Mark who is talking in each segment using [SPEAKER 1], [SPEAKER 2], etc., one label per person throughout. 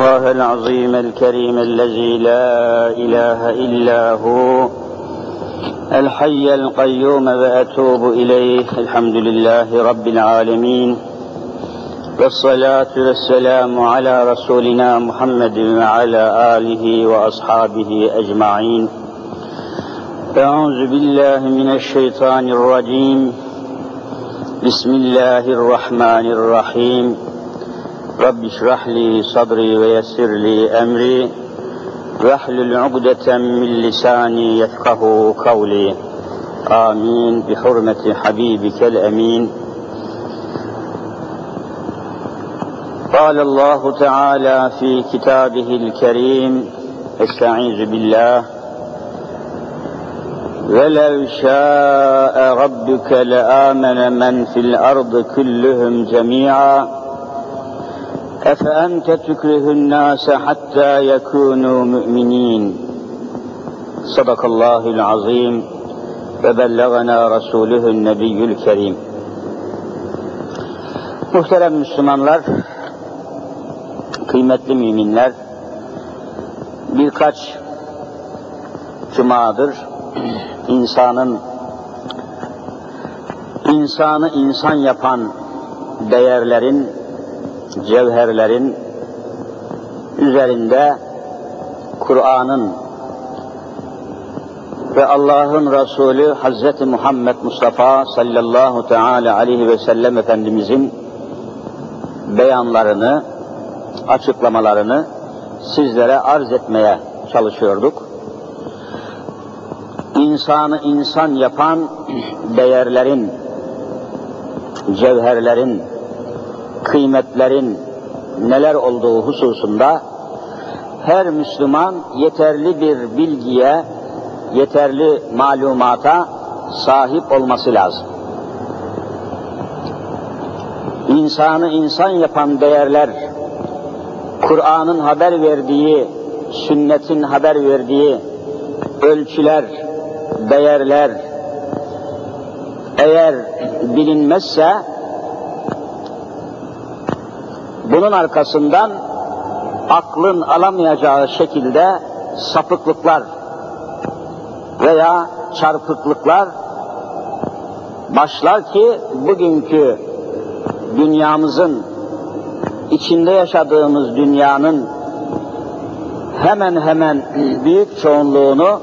[SPEAKER 1] الله العظيم الكريم الذي لا إله إلا هو الحي القيوم وأتوب إليه. الحمد لله رب العالمين، والصلاة والسلام على رسولنا محمد وعلى آله وأصحابه أجمعين. أعوذ بالله من الشيطان الرجيم. بسم الله الرحمن الرحيم. رب اشرح لي صدري ويسر لي أمري واحلل عقدة من لساني يفقه قولي. آمين بحرمة حبيبك الأمين. قال الله تعالى في كتابه الكريم: استعيذ بالله: ولو شاء ربك لآمن من في الأرض كلهم جميعا أفأنت تكره الناس حتى يكونوا مؤمنين. صدق الله العظيم وبلغنا رسوله النبي الكريم. Muhterem Müslümanlar, kıymetli müminler, birkaç cumadır insanı insan yapan değerlerin, cevherlerin üzerinde Kur'an'ın ve Allah'ın Resulü Hazreti Muhammed Mustafa sallallahu teala aleyhi ve sellem Efendimizin beyanlarını, açıklamalarını sizlere arz etmeye çalışıyorduk. İnsanı insan yapan değerlerin, cevherlerin, kıymetlerin neler olduğu hususunda her Müslüman yeterli bir bilgiye, yeterli malumata sahip olması lazım. İnsanı insan yapan değerler, Kur'an'ın haber verdiği, sünnetin haber verdiği ölçüler, değerler eğer bilinmezse bunun arkasından aklın alamayacağı şekilde sapıklıklar veya çarpıklıklar başlar ki bugünkü dünyamızın, içinde yaşadığımız dünyanın hemen hemen büyük çoğunluğunu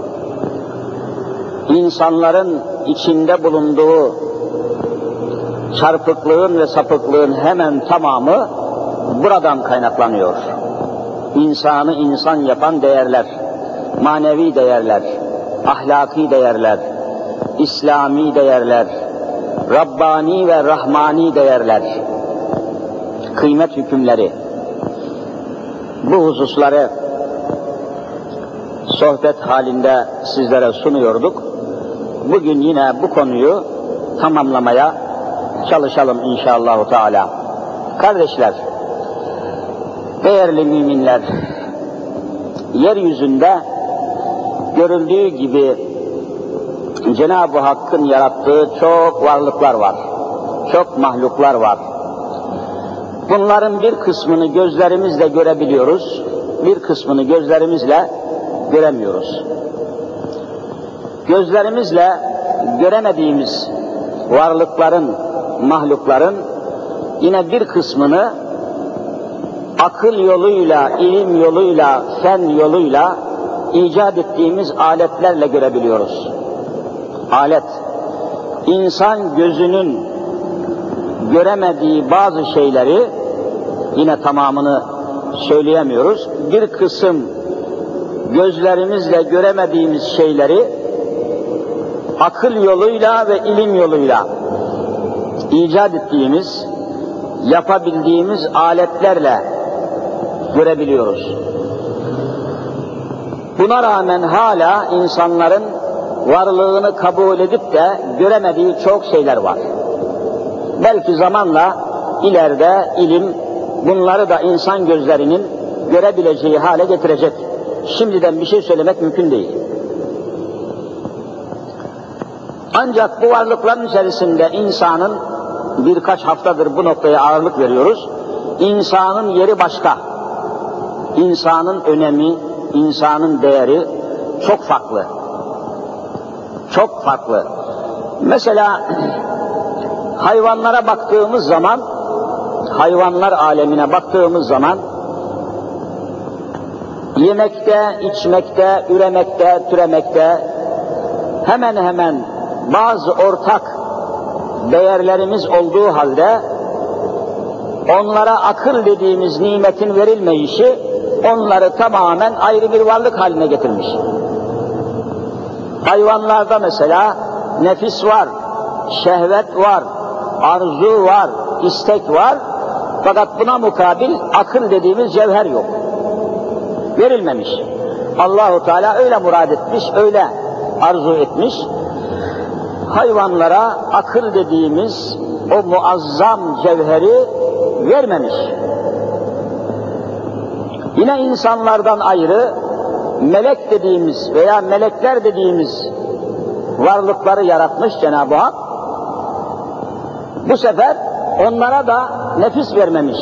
[SPEAKER 1] insanların içinde bulunduğu çarpıklığın ve sapıklığın hemen tamamı buradan kaynaklanıyor. İnsanı insan yapan değerler, manevi değerler, ahlaki değerler, İslami değerler, Rabbani ve Rahmani değerler, kıymet hükümleri. Bu hususları sohbet halinde sizlere sunuyorduk. Bugün yine bu konuyu tamamlamaya çalışalım inşallah Teala. Kardeşler, değerli müminler, yeryüzünde görüldüğü gibi Cenab-ı Hakk'ın yarattığı çok varlıklar var, çok mahluklar var. Bunların bir kısmını gözlerimizle görebiliyoruz, bir kısmını gözlerimizle göremiyoruz. Gözlerimizle göremediğimiz varlıkların, mahlukların yine bir kısmını akıl yoluyla, ilim yoluyla, fen yoluyla icat ettiğimiz aletlerle görebiliyoruz. Alet, insan gözünün göremediği bazı şeyleri, yine tamamını söyleyemiyoruz, bir kısım gözlerimizle göremediğimiz şeyleri akıl yoluyla ve ilim yoluyla icat ettiğimiz, yapabildiğimiz aletlerle görebiliyoruz. Buna rağmen hala insanların varlığını kabul edip de göremediği çok şeyler var. Belki zamanla ileride ilim bunları da insan gözlerinin görebileceği hale getirecek. Şimdiden bir şey söylemek mümkün değil. Ancak bu varlıkların içerisinde insanın, birkaç haftadır bu noktaya ağırlık veriyoruz, insanın yeri başka. insanın önemi, insanın değeri çok farklı. Çok farklı. Mesela hayvanlara baktığımız zaman, hayvanlar alemine baktığımız zaman yemekte, içmekte, üremekte, türemekte hemen hemen bazı ortak değerlerimiz olduğu halde onlara akıl dediğimiz nimetin verilmeyişi onları tamamen ayrı bir varlık haline getirmiş. Hayvanlarda mesela nefis var, şehvet var, arzu var, istek var. Fakat buna mukabil akıl dediğimiz cevher yok. Verilmemiş. Allahu Teala öyle murad etmiş, öyle arzu etmiş. Hayvanlara akıl dediğimiz o muazzam cevheri vermemiş. Yine insanlardan ayrı melek dediğimiz veya melekler dediğimiz varlıkları yaratmış Cenab-ı Hak. Bu sefer onlara da nefis vermemiş.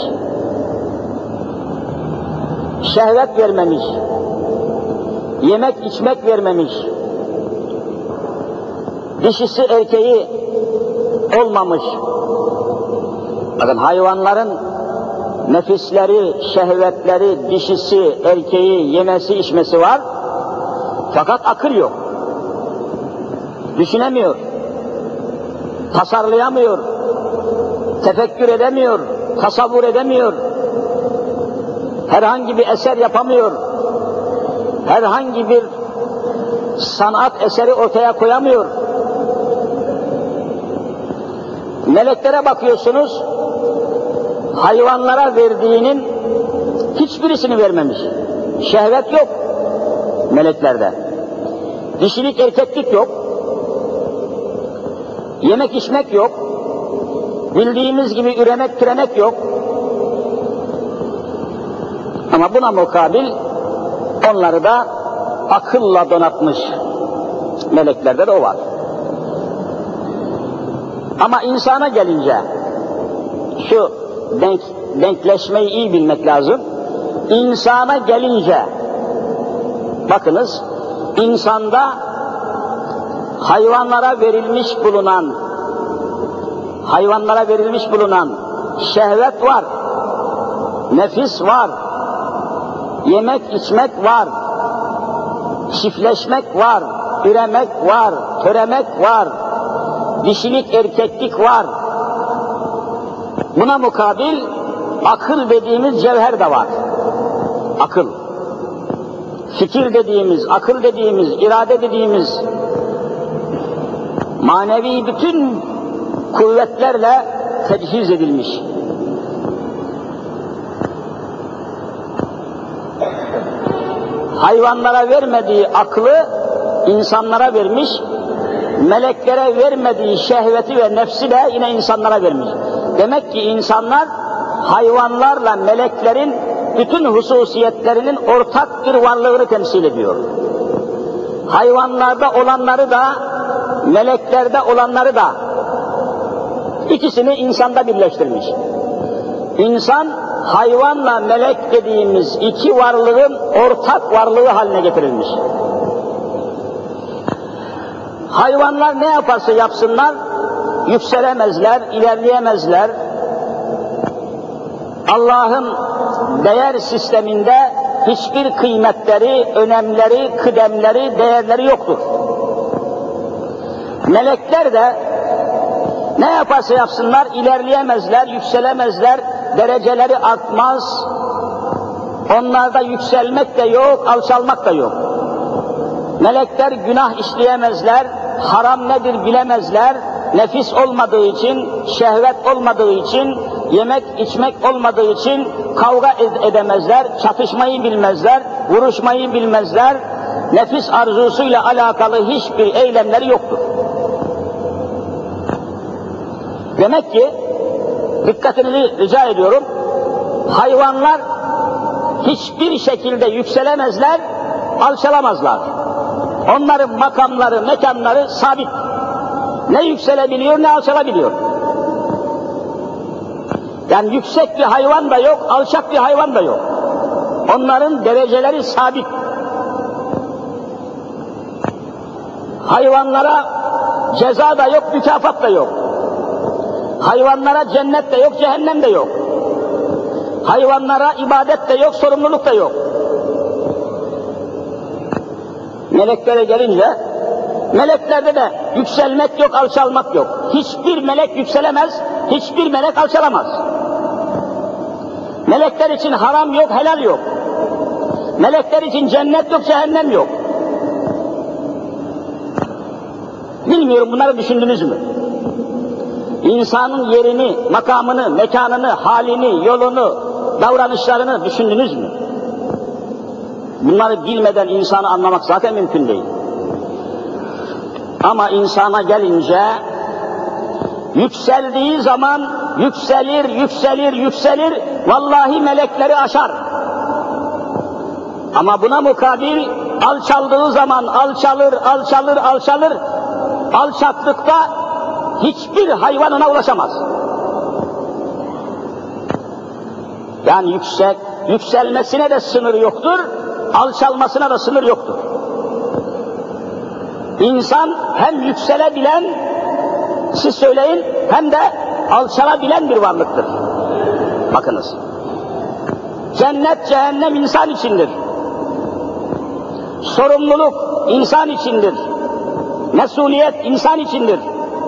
[SPEAKER 1] Şehvet vermemiş. Yemek içmek vermemiş. Dişisi erkeği olmamış. Bakın hayvanların nefisleri, şehvetleri, dişisi, erkeği, yemesi, içmesi var. Fakat akıl yok. Düşünemiyor. Tasarlayamıyor. Tefekkür edemiyor. Tasavvur edemiyor. Herhangi bir eser yapamıyor. Herhangi bir sanat eseri ortaya koyamıyor. Meleklere bakıyorsunuz, hayvanlara verdiğinin hiçbirisini vermemiş. Şehvet yok meleklerde. Dişilik, erkeklik yok. Yemek, içmek yok. Bildiğimiz gibi üremek, türemek yok. Ama buna mukabil onları da akılla donatmış. Meleklerde de o var. Ama insana gelince şu denkleşmeyi iyi bilmek lazım. İnsana gelince bakınız, insanda hayvanlara verilmiş bulunan şehvet var, nefis var, yemek içmek var, çiftleşmek var, üremek var, töremek var, dişilik, erkeklik var. Buna mukabil akıl dediğimiz cevher de var. Akıl. Fikir dediğimiz, akıl dediğimiz, irade dediğimiz manevi bütün kuvvetlerle tecihiz edilmiş. Hayvanlara vermediği aklı insanlara vermiş, meleklere vermediği şehveti ve nefsi de yine insanlara vermiş. Demek ki insanlar hayvanlarla meleklerin bütün hususiyetlerinin ortak bir varlığını temsil ediyor. Hayvanlarda olanları da, meleklerde olanları da ikisini insanda birleştirmiş. İnsan, hayvanla melek dediğimiz iki varlığın ortak varlığı haline getirilmiş. Hayvanlar ne yaparsa yapsınlar, yükselemezler, ilerleyemezler. Allah'ın değer sisteminde hiçbir kıymetleri, önemleri, kıdemleri, değerleri yoktur. Melekler de ne yaparsa yapsınlar, ilerleyemezler, yükselemezler, dereceleri artmaz. Onlarda yükselmek de yok, alçalmak da yok. Melekler günah işleyemezler, haram nedir bilemezler, nefis olmadığı için, şehvet olmadığı için, yemek içmek olmadığı için kavga edemezler, çatışmayı bilmezler, vuruşmayı bilmezler, nefis arzusuyla alakalı hiçbir eylemleri yoktur. Demek ki, dikkatinizi rica ediyorum, hayvanlar hiçbir şekilde yükselemezler, alçalamazlar. Onların makamları, mekanları sabit. Ne yükselebiliyor, ne alçalabiliyor. Yani yüksek bir hayvan da yok, alçak bir hayvan da yok. Onların dereceleri sabit. Hayvanlara ceza da yok, mükafat da yok. Hayvanlara cennet de yok, cehennem de yok. Hayvanlara ibadet de yok, sorumluluk da yok. Meleklere gelince, meleklerde de yükselmek yok, alçalmak yok. Hiçbir melek yükselemez, hiçbir melek alçalamaz. Melekler için haram yok, helal yok. Melekler için cennet yok, cehennem yok. Bilmiyorum, bunları düşündünüz mü? İnsanın yerini, makamını, mekanını, halini, yolunu, davranışlarını düşündünüz mü? Bunları bilmeden insanı anlamak zaten mümkün değil. Ama insana gelince, yükseldiği zaman yükselir, yükselir, yükselir, vallahi melekleri aşar. Ama buna mukabil alçaldığı zaman alçalır, alçalır, alçalır, alçaklıkta hiçbir hayvan ona ulaşamaz. Yani yükselmesine de sınır yoktur, alçalmasına da sınır yoktur. İnsan hem yükselebilen, siz söyleyin, hem de alçalabilen bir varlıktır. Bakınız. Cennet, cehennem insan içindir. Sorumluluk insan içindir. Mesuliyet insan içindir.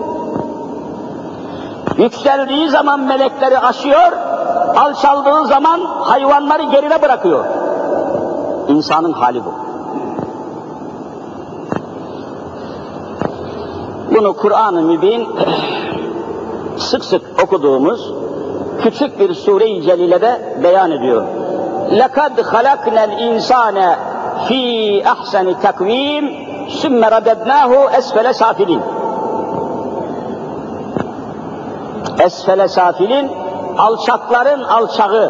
[SPEAKER 1] Yükseldiği zaman melekleri aşıyor, alçaldığı zaman hayvanları geride bırakıyor. İnsanın hali bu. Bunu Kur'an-ı Mübin sık sık okuduğumuz küçük bir sure-i celilede beyan ediyor. لَقَدْ خَلَقْنَا الْاِنْسَانَ ف۪ي اَحْسَنِ تَقْو۪يمٍ ثُمَّ رَدَدْنَاهُ اَسْفَلَ سَافِلِينَ. Esfele safilin, alçakların alçağı.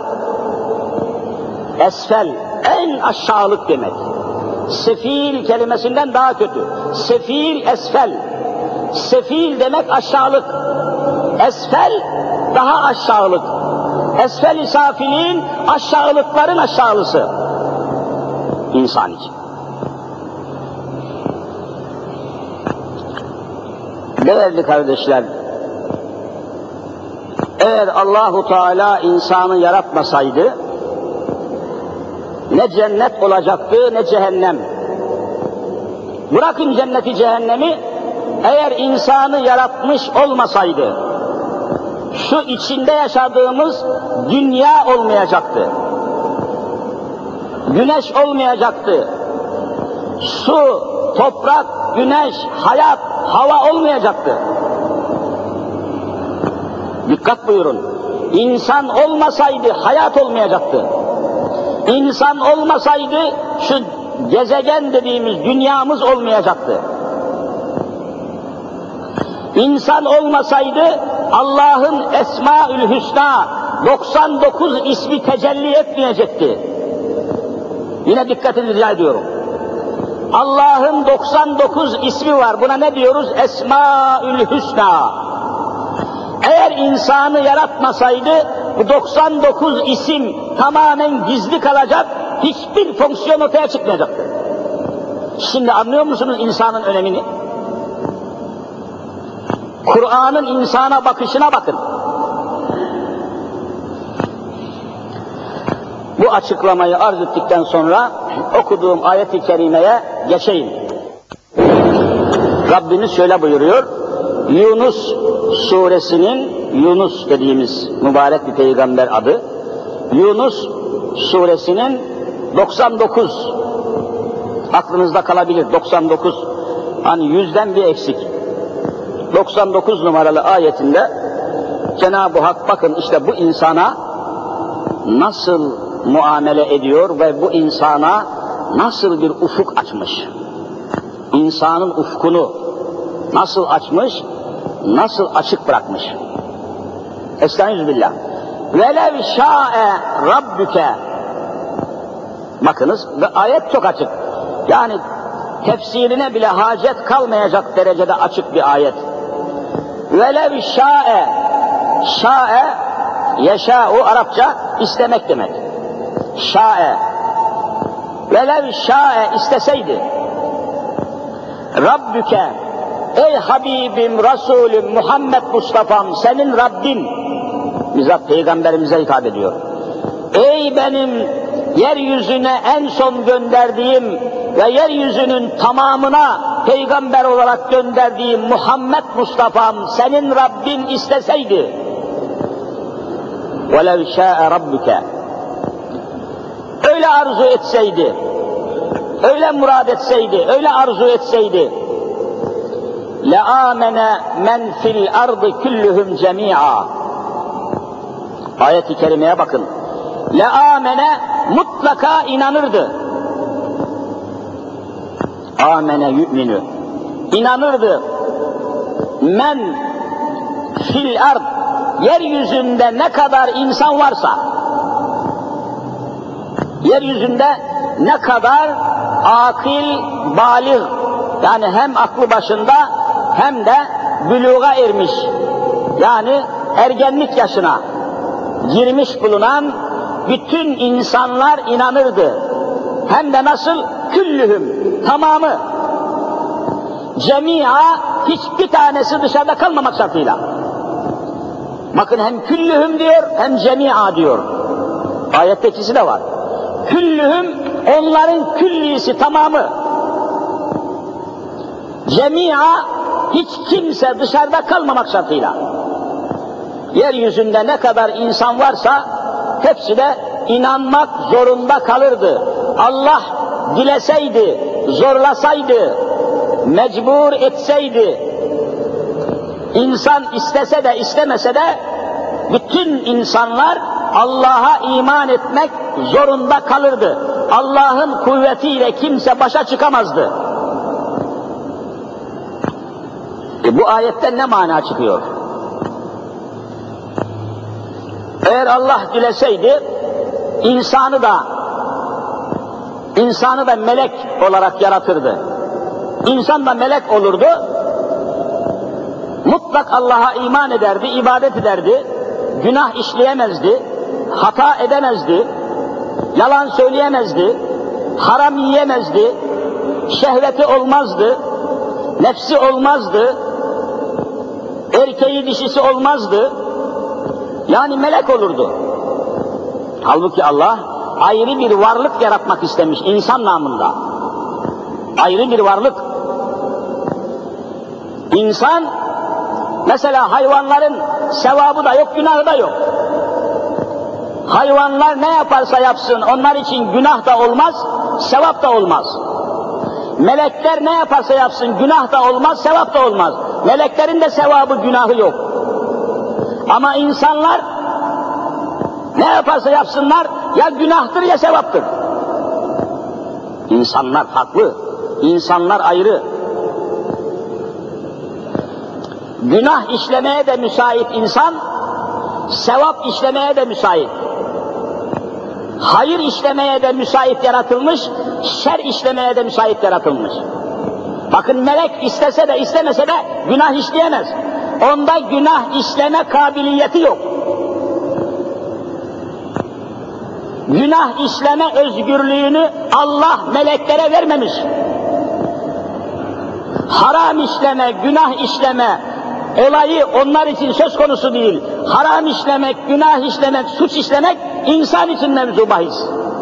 [SPEAKER 1] Esfel, en aşağılık demek. Sefil kelimesinden daha kötü. Sefil, esfel. Sefil demek aşağılık. Esfel, daha aşağılık. Esfel-i safilin, aşağılıkların aşağılısı. İnsan için. Değerli kardeşler, eğer Allahu Teala insanı yaratmasaydı, ne cennet olacaktı ne cehennem. Bırakın cenneti cehennemi, eğer insanı yaratmış olmasaydı, şu içinde yaşadığımız dünya olmayacaktı. Güneş olmayacaktı. Su, toprak, güneş, hayat, hava olmayacaktı. Dikkat buyurun. İnsan olmasaydı hayat olmayacaktı. İnsan olmasaydı şu gezegen dediğimiz dünyamız olmayacaktı. İnsan olmasaydı Allah'ın Esmaül Hüsna 99 ismi tecelli etmeyecekti. Yine dikkatinizi rica ediyorum. Allah'ın 99 ismi var. Buna ne diyoruz? Esmaül Hüsna. Eğer insanı yaratmasaydı bu 99 isim tamamen gizli kalacak, hiçbir fonksiyon ortaya çıkmayacaktı. Şimdi anlıyor musunuz insanın önemini? Kur'an'ın insana bakışına bakın. Bu açıklamayı arz ettikten sonra okuduğum ayet-i kerimeye geçeyim. Rabbimiz şöyle buyuruyor. Yunus suresinin, Yunus dediğimiz mübarek bir peygamber adı, Yunus suresinin 99, aklınızda kalabilir 99, hani 100'den bir eksik, 99 numaralı ayetinde Cenab-ı Hak bakın işte bu insana nasıl muamele ediyor ve bu insana nasıl bir ufuk açmış. İnsanın ufkunu nasıl açmış, nasıl açık bırakmış. Estağfirullah. Velev şa'e rabbuke. Bakınız, ayet çok açık. Yani tefsirine bile hacet kalmayacak derecede açık bir ayet. Velev şa'e, şa'e, yeşâ'u Arapça istemek demek. Şa'e, velev şa'e isteseydi Rabbüke, ey Habibim, Resulüm, Muhammed Mustafa'm, senin Rabbin, bizzat Peygamberimize hitap ediyor. Ey benim yeryüzüne en son gönderdiğim ve yeryüzünün tamamına peygamber olarak gönderdiğim Muhammed Mustafa'm, senin Rabbin isteseydi, velev şa'e Rabbüke, öyle arzu etseydi, öyle murad etseydi, öyle arzu etseydi, لَآمَنَ مَنْ فِي الْأَرْضِ كُلُّهُمْ جَمِيعًا. Ayet-i kerimeye bakın. لَآمَنَ mutlaka inanırdı. Amene yu'minu. İnanırdı. Men fil ard, yeryüzünde ne kadar insan varsa, yeryüzünde ne kadar akil, balik, yani hem aklı başında hem de büluğa ermiş, yani ergenlik yaşına girmiş bulunan bütün insanlar inanırdı. Hem de nasıl? Küllühüm, tamamı. Cemia, hiçbir tanesi dışarıda kalmamak şartıyla. Bakın hem küllühüm diyor, hem cemia diyor. Ayette ikisi de var. Küllühüm, onların küllisi, tamamı. Cemia, hiç kimse dışarıda kalmamak şartıyla. Yeryüzünde ne kadar insan varsa, hepsi de inanmak zorunda kalırdı. Allah dileseydi, zorlasaydı, mecbur etseydi, insan istese de istemese de, bütün insanlar Allah'a iman etmek zorunda kalırdı. Allah'ın kuvvetiyle kimse başa çıkamazdı. Bu ayetten ne mana çıkıyor? Eğer Allah dileseydi, insanı da melek olarak yaratırdı. İnsan da melek olurdu. Mutlak Allah'a iman ederdi, ibadet ederdi. Günah işleyemezdi, hata edemezdi, yalan söyleyemezdi, haram yiyemezdi, şehveti olmazdı, nefsi olmazdı, erkeği dişisi olmazdı. Yani melek olurdu. Halbuki Allah ayrı bir varlık yaratmak istemiş insan namında. Ayrı bir varlık. İnsan, mesela hayvanların sevabı da yok, günahı da yok. Hayvanlar ne yaparsa yapsın, onlar için günah da olmaz, sevap da olmaz. Melekler ne yaparsa yapsın, günah da olmaz, sevap da olmaz. Meleklerin de sevabı, günahı yok. Ama insanlar ne yaparsa yapsınlar, ya günahtır ya sevaptır. İnsanlar farklı, insanlar ayrı. Günah işlemeye de müsait insan, sevap işlemeye de müsait. Hayır işlemeye de müsait yaratılmış, şer işlemeye de müsait yaratılmış. Bakın melek istese de istemese de günah işleyemez. Onda günah işleme kabiliyeti yok. Günah işleme özgürlüğünü Allah meleklere vermemiş. Haram işleme, günah işleme olayı onlar için söz konusu değil. Haram işlemek, günah işlemek, suç işlemek insan için mevzu bahis.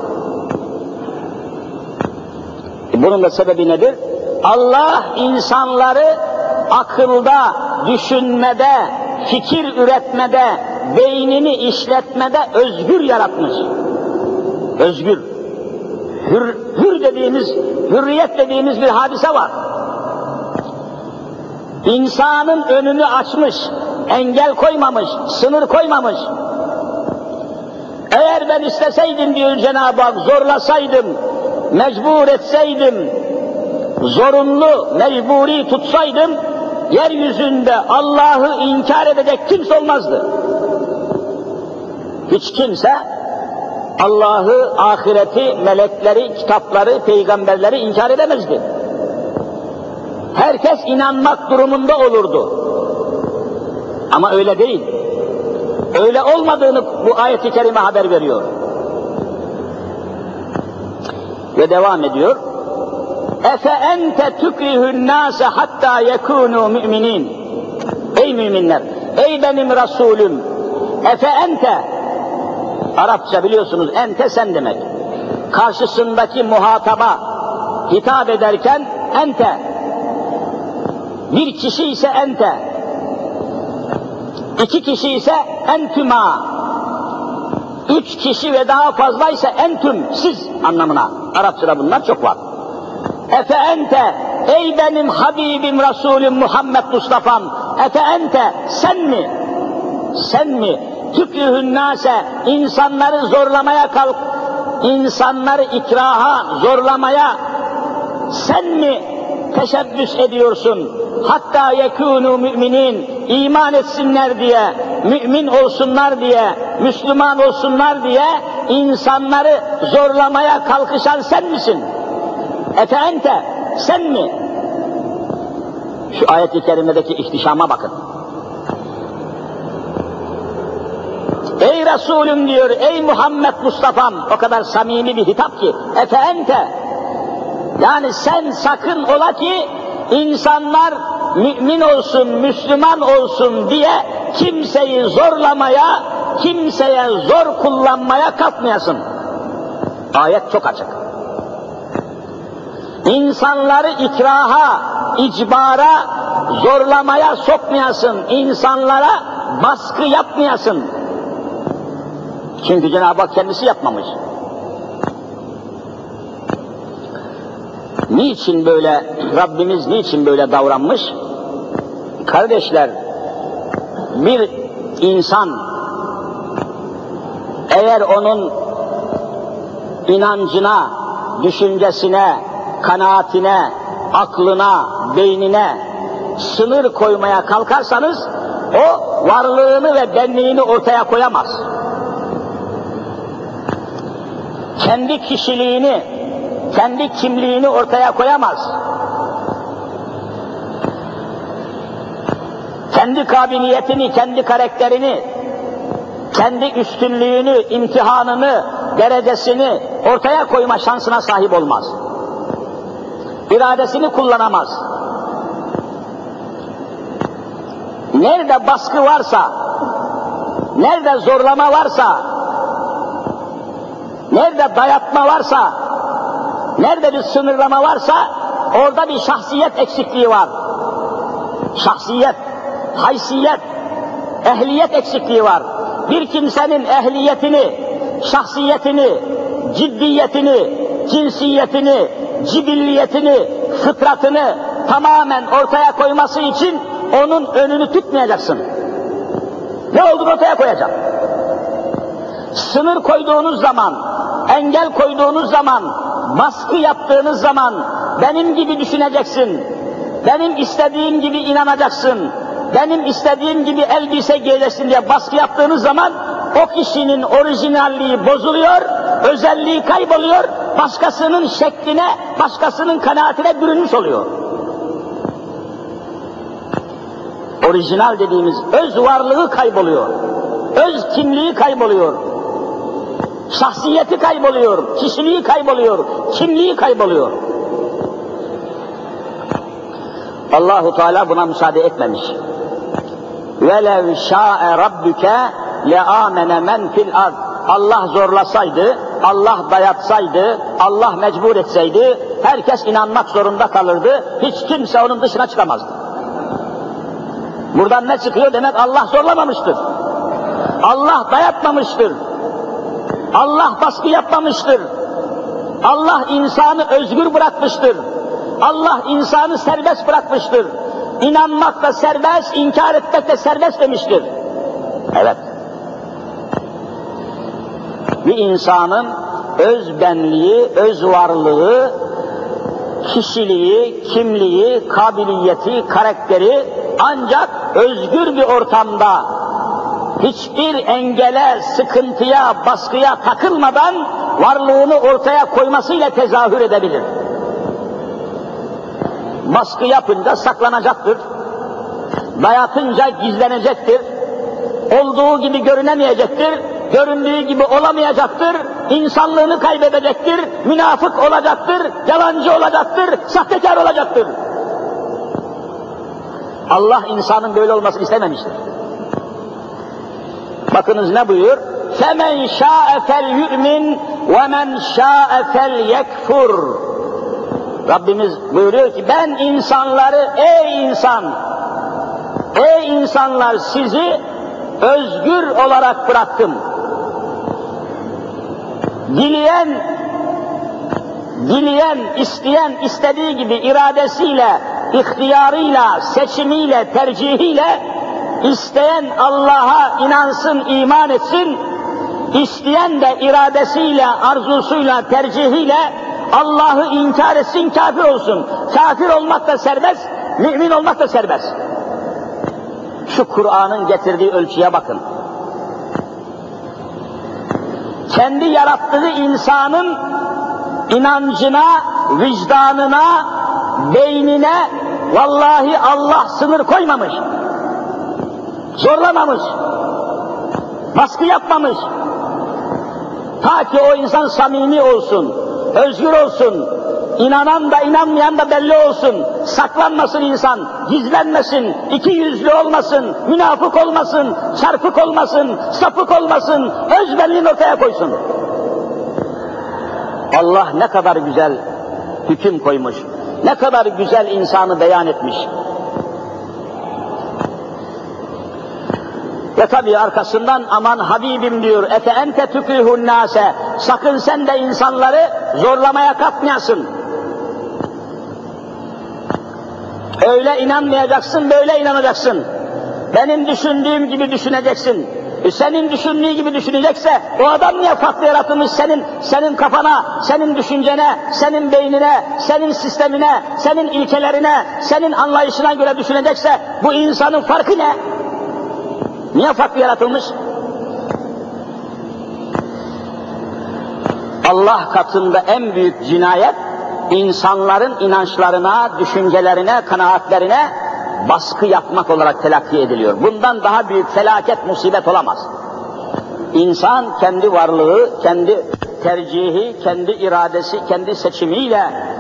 [SPEAKER 1] Bunun da sebebi nedir? Allah insanları akılda, düşünmede, fikir üretmede, beynini işletmede özgür yaratmış. Özgür. Hürriyet dediğimiz bir hadise var. İnsanın önünü açmış, engel koymamış, sınır koymamış. Eğer ben isteseydim diyor Cenab-ı Hak, zorlasaydım, mecbur etseydim, zorunlu, mecburi tutsaydım, yeryüzünde Allah'ı inkar edecek kimse olmazdı. Hiç kimse Allah'ı, ahireti, melekleri, kitapları, peygamberleri inkar edemezdi. Herkes inanmak durumunda olurdu. Ama öyle değil. Öyle olmadığını bu ayet-i kerime haber veriyor. Ve devam ediyor. Efe ente tukrihun nase hatta yekunu müminin. Ey müminler, ey benim Resulüm, efe ente, Arapça biliyorsunuz ente sen demek. Karşısındaki muhataba hitap ederken ente, bir kişi ise ente, iki kişi ise entüma, üç kişi ve daha fazla ise entüm, siz anlamına. Arapçada bunlar çok var. Efe ente, ey benim Habibim Resulüm Muhammed Mustafa'm, efe ente, sen mi? Sen mi? Tükrihün nase, insanları zorlamaya kalk, insanları ikraha, zorlamaya sen mi teşebbüs ediyorsun? Hatta yekûnû müminin, iman etsinler diye, mümin olsunlar diye, Müslüman olsunlar diye insanları zorlamaya kalkışan sen misin? Efe ente, sen mi? Şu ayet-i kerimedeki ihtişama bakın. Ey Resulüm diyor, ey Muhammed Mustafa'm, o kadar samimi bir hitap ki, efe ente, yani sen sakın ola ki insanlar mümin olsun, Müslüman olsun diye kimseyi zorlamaya, kimseye zor kullanmaya kalkmayasın. Ayet çok açık. İnsanları ikraha, icbara, zorlamaya sokmayasın, insanlara baskı yapmayasın. Çünkü Cenab-ı Hak kendisi yapmamış. Niçin böyle, Rabbimiz niçin böyle davranmış? Kardeşler, bir insan eğer onun inancına, düşüncesine, kanaatine, aklına, beynine sınır koymaya kalkarsanız o varlığını ve benliğini ortaya koyamaz. Kendi kişiliğini, kendi kimliğini ortaya koyamaz. Kendi kabiliyetini, kendi karakterini, kendi üstünlüğünü, imtihanını, derecesini ortaya koyma şansına sahip olmaz. İradesini kullanamaz. Nerede baskı varsa, nerede zorlama varsa, nerede dayatma varsa, nerede bir sınırlama varsa, orada bir şahsiyet eksikliği var. Şahsiyet, haysiyet, ehliyet eksikliği var. Bir kimsenin ehliyetini, şahsiyetini, ciddiyetini, cinsiyetini, cibilliyetini, fıtratını tamamen ortaya koyması için onun önünü tutmayacaksın. Ne olduğunu ortaya koyacak. Sınır koyduğunuz zaman, engel koyduğunuz zaman, baskı yaptığınız zaman benim gibi düşüneceksin, benim istediğim gibi inanacaksın, benim istediğim gibi elbise giyeceksin diye baskı yaptığınız zaman o kişinin orijinalliği bozuluyor, özelliği kayboluyor, başkasının şekline, başkasının kanaatine bürünmüş oluyor. Orijinal dediğimiz öz varlığı kayboluyor, öz kimliği kayboluyor, şahsiyeti kayboluyor, kişiliği kayboluyor, kimliği kayboluyor. Allahu Teala buna müsaade etmemiş. وَلَوْ شَاءَ رَبُّكَ لَآمَنَ مَنْ فِي الْأَرْضِ Allah zorlasaydı, Allah dayatsaydı, Allah mecbur etseydi, herkes inanmak zorunda kalırdı, hiç kimse onun dışına çıkamazdı. Buradan ne çıkıyor? Demek Allah zorlamamıştır. Allah dayatmamıştır. Allah baskı yapmamıştır. Allah insanı özgür bırakmıştır. Allah insanı serbest bırakmıştır. İnanmak da serbest, inkar etmek de serbest demiştir. Evet. Bir insanın öz benliği, öz varlığı, kişiliği, kimliği, kabiliyeti, karakteri ancak özgür bir ortamda hiçbir engele, sıkıntıya, baskıya takılmadan varlığını ortaya koymasıyla tezahür edebilir. Baskı yapınca saklanacaktır, dayatınca gizlenecektir, olduğu gibi görünemeyecektir, göründüğü gibi olamayacaktır, insanlığını kaybedecektir, münafık olacaktır, yalancı olacaktır, sahtekar olacaktır. Allah insanın böyle olmasını istememiştir. Bakınız ne buyuruyor? فَمَنْ شَاءَ فَلْيُؤْمِنْ وَمَنْ شَاءَ فَلْيَكْفُرْ. Rabbimiz buyuruyor ki ben insanları, ey insanlar sizi özgür olarak bıraktım. Dileyen, isteyen istediği gibi iradesiyle, ihtiyarıyla, seçimiyle, tercihiyle, isteyen Allah'a inansın, iman etsin, isteyen de iradesiyle, arzusuyla, tercihiyle Allah'ı inkar etsin, kafir olsun. Kafir olmak da serbest, mümin olmak da serbest. Şu Kur'an'ın getirdiği ölçüye bakın. Kendi yarattığı insanın inancına, vicdanına, beynine vallahi Allah sınır koymamış. Zorlamamış. Baskı yapmamış. Ta ki o insan samimi olsun, özgür olsun, inanan da inanmayan da belli olsun, saklanmasın insan, gizlenmesin, ikiyüzlü olmasın, münafık olmasın, çarpık olmasın, sapık olmasın, özbenliğini ortaya koysun. Allah ne kadar güzel hüküm koymuş, ne kadar güzel insanı beyan etmiş. Ve tabi arkasından aman Habibim diyor, ete ente tükrihun nase, sakın sen de insanları zorlamaya kalkmayasın. Öyle inanmayacaksın, böyle inanacaksın. Benim düşündüğüm gibi düşüneceksin. Senin düşündüğü gibi düşünecekse, o adam niye farklı yaratılmış senin kafana, senin düşüncene, senin beynine, senin sistemine, senin ilkelerine, senin anlayışına göre düşünecekse, bu insanın farkı ne? Niye farklı yaratılmış? Allah katında en büyük cinayet, insanların inançlarına, düşüncelerine, kanaatlerine baskı yapmak olarak telakki ediliyor. Bundan daha büyük felaket, musibet olamaz. İnsan kendi varlığı, kendi tercihi, kendi iradesi, kendi seçimiyle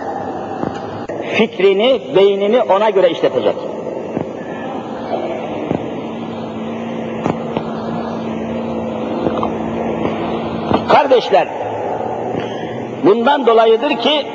[SPEAKER 1] fikrini, beynini ona göre işletecek. Kardeşler, bundan dolayıdır ki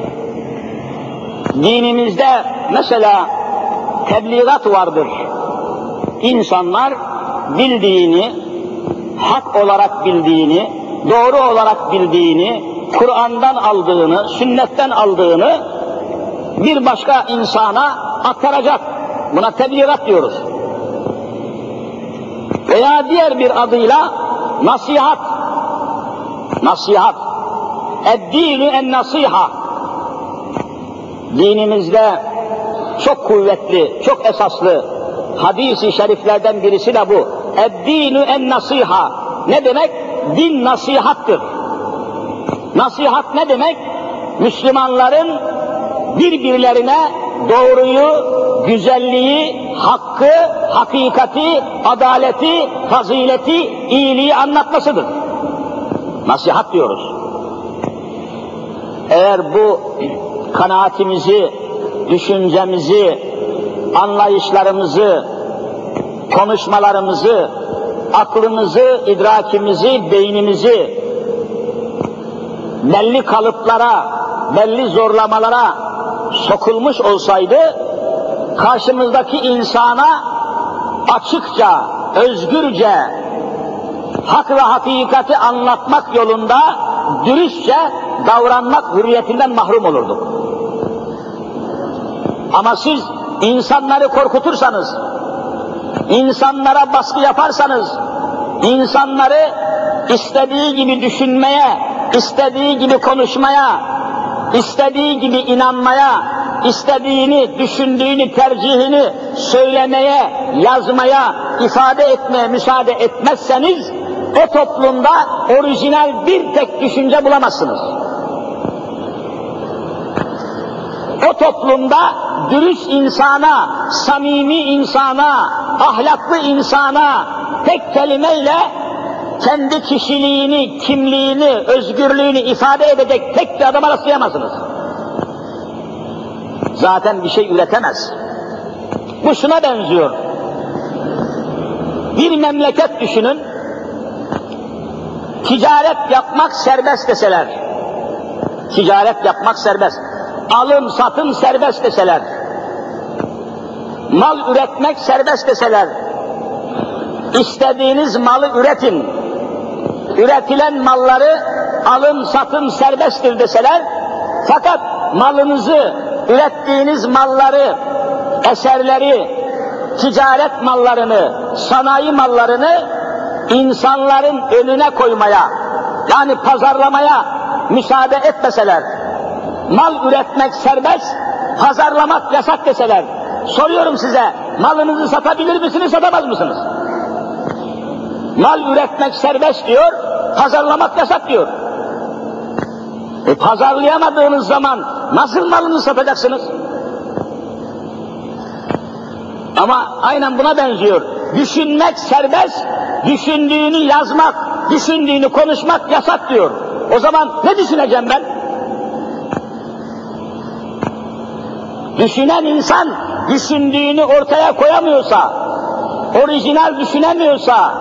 [SPEAKER 1] dinimizde mesela tebliğat vardır. İnsanlar bildiğini, hak olarak bildiğini, doğru olarak bildiğini, Kur'an'dan aldığını, sünnetten aldığını bir başka insana aktaracak. Buna tebliğat diyoruz. Veya diğer bir adıyla nasihat. Nasihat. Eddînü en-nasiha. Dinimizde çok kuvvetli, çok esaslı hadis-i şeriflerden birisi de bu. Eddînü en-nasiha. Ne demek? Din nasihattır. Nasihat ne demek? Müslümanların birbirlerine doğruyu, güzelliği, hakkı, hakikati, adaleti, fazileti, iyiliği anlatmasıdır. Nasihat diyoruz. Eğer bu kanaatimizi, düşüncemizi, anlayışlarımızı, konuşmalarımızı, aklımızı, idrakimizi, beynimizi belli kalıplara, belli zorlamalara sokulmuş olsaydı, karşımızdaki insana açıkça, özgürce, hak ve hakikati anlatmak yolunda dürüstçe davranmak hürriyetinden mahrum olurduk. Ama siz insanları korkutursanız, insanlara baskı yaparsanız, insanları istediği gibi düşünmeye, istediği gibi konuşmaya, istediği gibi inanmaya, istediğini, düşündüğünü, tercihini söylemeye, yazmaya, ifade etmeye müsaade etmezseniz, o toplumda orijinal bir tek düşünce bulamazsınız. O toplumda dürüst insana, samimi insana, ahlaklı insana tek kelimeyle kendi kişiliğini, kimliğini, özgürlüğünü ifade edecek tek bir adama rastlayamazsınız. Zaten bir şey üretemez. Bu şuna benziyor. Bir memleket düşünün, ticaret yapmak serbest deseler, ticaret yapmak serbest, alım satım serbest deseler, mal üretmek serbest deseler, istediğiniz malı üretin, üretilen malları alım satım serbesttir deseler, fakat malınızı, ürettiğiniz malları, eserleri, ticaret mallarını, sanayi mallarını insanların önüne koymaya, yani pazarlamaya müsaade etmeseler, mal üretmek serbest, pazarlamak yasak deseler, soruyorum size, malınızı satabilir misiniz, satamaz mısınız? Mal üretmek serbest diyor, pazarlamak yasak diyor. Pazarlayamadığınız zaman nasıl malınızı satacaksınız? Ama aynen buna benziyor. Düşünmek serbest, düşündüğünü yazmak, düşündüğünü konuşmak yasak diyor. O zaman ne düşüneceğim ben? Düşünen insan düşündüğünü ortaya koyamıyorsa, orijinal düşünemiyorsa,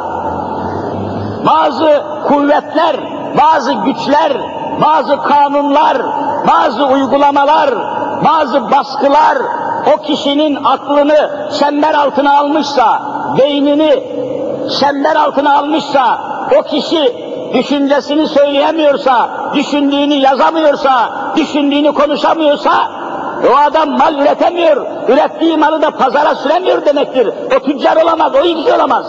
[SPEAKER 1] bazı kuvvetler, bazı güçler, bazı kanunlar, bazı uygulamalar, bazı baskılar o kişinin aklını çember altına almışsa, beynini çember altına almışsa, o kişi düşüncesini söyleyemiyorsa, düşündüğünü yazamıyorsa, düşündüğünü konuşamıyorsa, o adam mal üretemiyor, ürettiği malı da pazara süremiyor demektir. O tüccar olamaz, o ilgisi olamaz.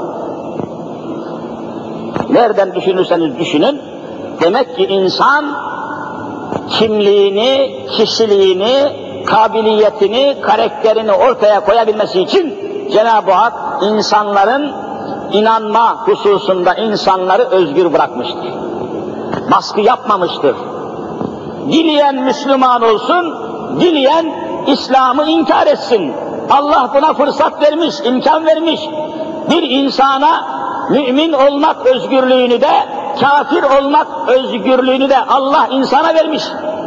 [SPEAKER 1] Nereden düşünürseniz düşünün, demek ki insan kimliğini, kişiliğini, kabiliyetini, karakterini ortaya koyabilmesi için Cenab-ı Hak insanların inanma hususunda insanları özgür bırakmıştır. Baskı yapmamıştır. Dileyen Müslüman olsun, dileyen İslam'ı inkar etsin. Allah buna fırsat vermiş, imkan vermiş. Bir insana mümin olmak özgürlüğünü de, kafir olmak özgürlüğünü de Allah insana vermiş.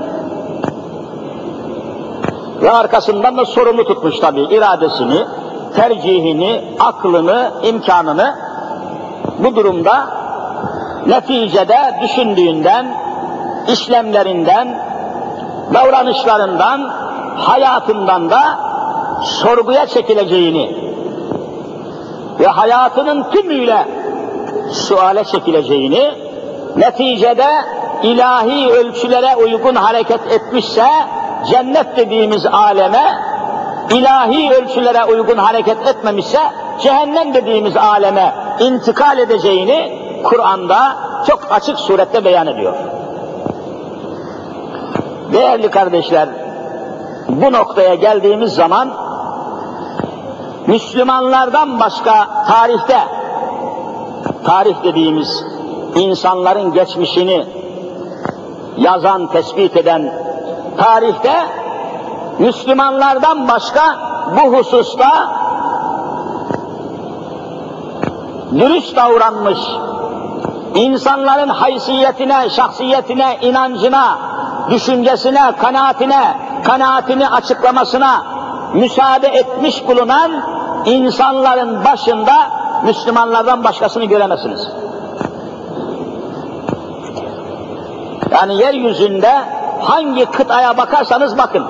[SPEAKER 1] Ve arkasından da sorumlu tutmuş tabii iradesini, tercihini, aklını, imkanını. Bu durumda neticede düşündüğünden, işlemlerinden, davranışlarından, hayatından da sorguya çekileceğini ve hayatının tümüyle suale çekileceğini, neticede ilahi ölçülere uygun hareket etmişse, cennet dediğimiz aleme, ilahi ölçülere uygun hareket etmemişse, cehennem dediğimiz aleme intikal edeceğini Kur'an'da çok açık surette beyan ediyor. Değerli kardeşler, bu noktaya geldiğimiz zaman, Müslümanlardan başka tarihte, tarih dediğimiz insanların geçmişini yazan, tespit eden tarihte, Müslümanlardan başka bu hususta dürüst davranmış, insanların haysiyetine, şahsiyetine, inancına, düşüncesine, kanaatini açıklamasına müsaade etmiş bulunan insanların başında Müslümanlardan başkasını göremezsiniz. Yani yeryüzünde hangi kıtaya bakarsanız bakın,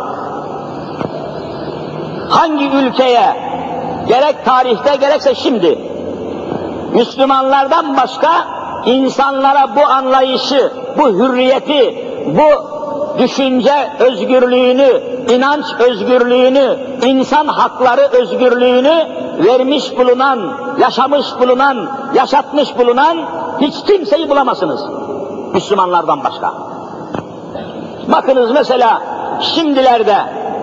[SPEAKER 1] hangi ülkeye, gerek tarihte gerekse şimdi, Müslümanlardan başka insanlara bu anlayışı, bu hürriyeti, bu düşünce özgürlüğünü, inanç özgürlüğünü, insan hakları özgürlüğünü vermiş bulunan, yaşamış bulunan, yaşatmış bulunan hiç kimseyi bulamazsınız Müslümanlardan başka. Bakınız mesela şimdilerde,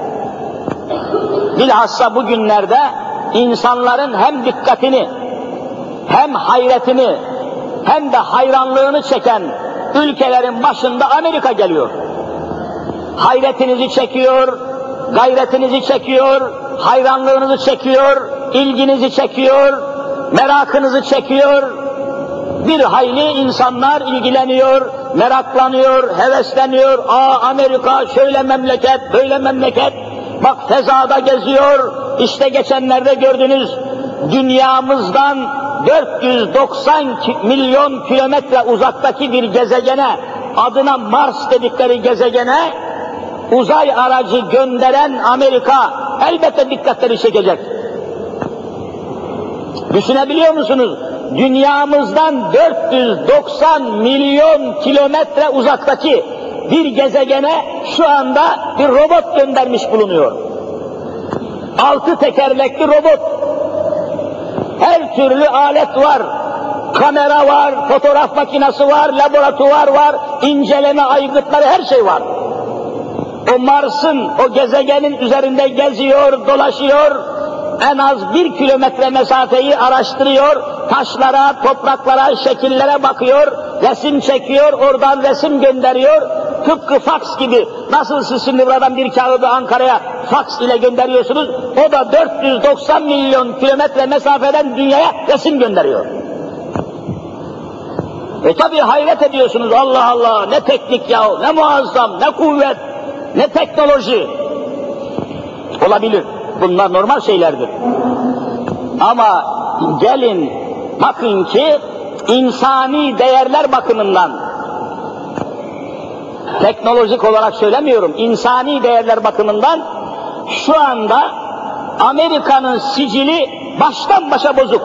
[SPEAKER 1] bilhassa bugünlerde insanların hem dikkatini, hem hayretini, hem de hayranlığını çeken ülkelerin başında Amerika geliyor. Hayretinizi çekiyor, gayretinizi çekiyor, hayranlığınızı çekiyor, ilginizi çekiyor, merakınızı çekiyor. bir hayli insanlar ilgileniyor, meraklanıyor, hevesleniyor. Amerika şöyle memleket, böyle memleket. Bak fezada geziyor. İşte geçenlerde gördünüz, dünyamızdan 490 milyon kilometre uzaktaki bir gezegene, adına Mars dedikleri gezegene uzay aracı gönderen Amerika elbette dikkatleri çekecek. Düşünebiliyor musunuz? Dünyamızdan 490 milyon kilometre uzaktaki bir gezegene şu anda bir robot göndermiş bulunuyor. 6 tekerlekli robot. Her türlü alet var. Kamera var, fotoğraf makinesi var, laboratuvar var, inceleme aygıtları, her şey var. O Mars'ın, o gezegenin üzerinde geziyor, dolaşıyor, en az 1 kilometre mesafeyi araştırıyor, taşlara, topraklara, şekillere bakıyor, resim çekiyor, oradan resim gönderiyor, tıpkı faks gibi. Nasıl siz şimdi buradan bir kağıdı Ankara'ya faks ile gönderiyorsunuz, o da 490 milyon kilometre mesafeden dünyaya resim gönderiyor. Tabi hayret ediyorsunuz, Allah Allah, ne teknik ya, ne muazzam, ne kuvvet, ne teknoloji. Olabilir, bunlar normal şeylerdir. Ama gelin bakın ki insani değerler bakımından, teknolojik olarak söylemiyorum, insani değerler bakımından şu anda Amerika'nın sicili baştan başa bozuk.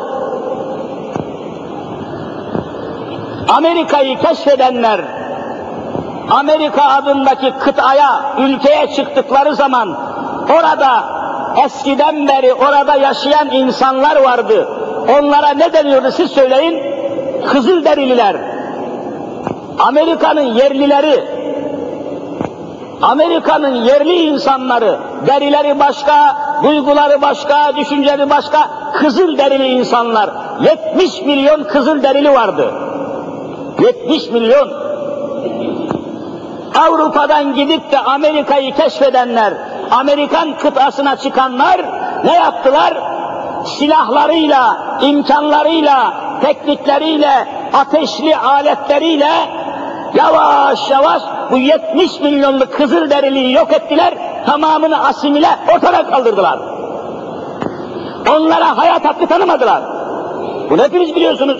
[SPEAKER 1] Amerika'yı keşfedenler, Amerika adındaki kıtaya, ülkeye çıktıkları zaman orada eskiden beri orada yaşayan insanlar vardı. Onlara ne deniyordu siz söyleyin? Kızılderililer. Amerika'nın yerlileri, Amerika'nın yerli insanları, derileri başka, duyguları başka, düşünceleri başka, kızılderili insanlar. 70 milyon kızılderili vardı. 70 milyon. Avrupa'dan gidip de Amerika'yı keşfedenler, Amerikan kıtasına çıkanlar ne yaptılar? Silahlarıyla, imkanlarıyla, teknikleriyle, ateşli aletleriyle yavaş yavaş bu 70 milyonluk kızılderiliyi yok ettiler, tamamını asimile ortadan kaldırdılar. Onlara hayat hakkı tanımadılar. Bunu hepiniz biliyorsunuz.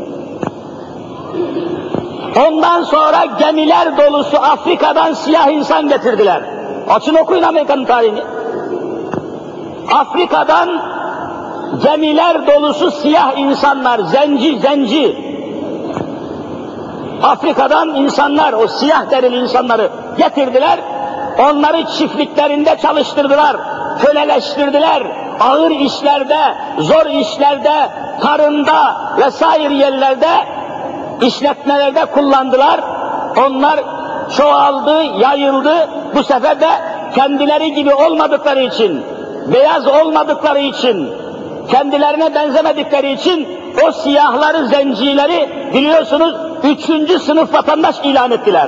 [SPEAKER 1] Ondan sonra gemiler dolusu Afrika'dan siyah insan getirdiler. Açın okuyun Amerika'nın tarihini. Afrika'dan gemiler dolusu siyah insanlar, zenci. Afrika'dan insanlar, o siyah derili insanları getirdiler. Onları çiftliklerinde çalıştırdılar, köleleştirdiler. Ağır işlerde, zor işlerde, tarımda vesaire yerlerde, işletmelerde kullandılar. Onlar çoğaldı, yayıldı. Bu sefer de kendileri gibi olmadıkları için, beyaz olmadıkları için, kendilerine benzemedikleri için o siyahları, zencileri biliyorsunuz 3. sınıf vatandaş ilan ettiler.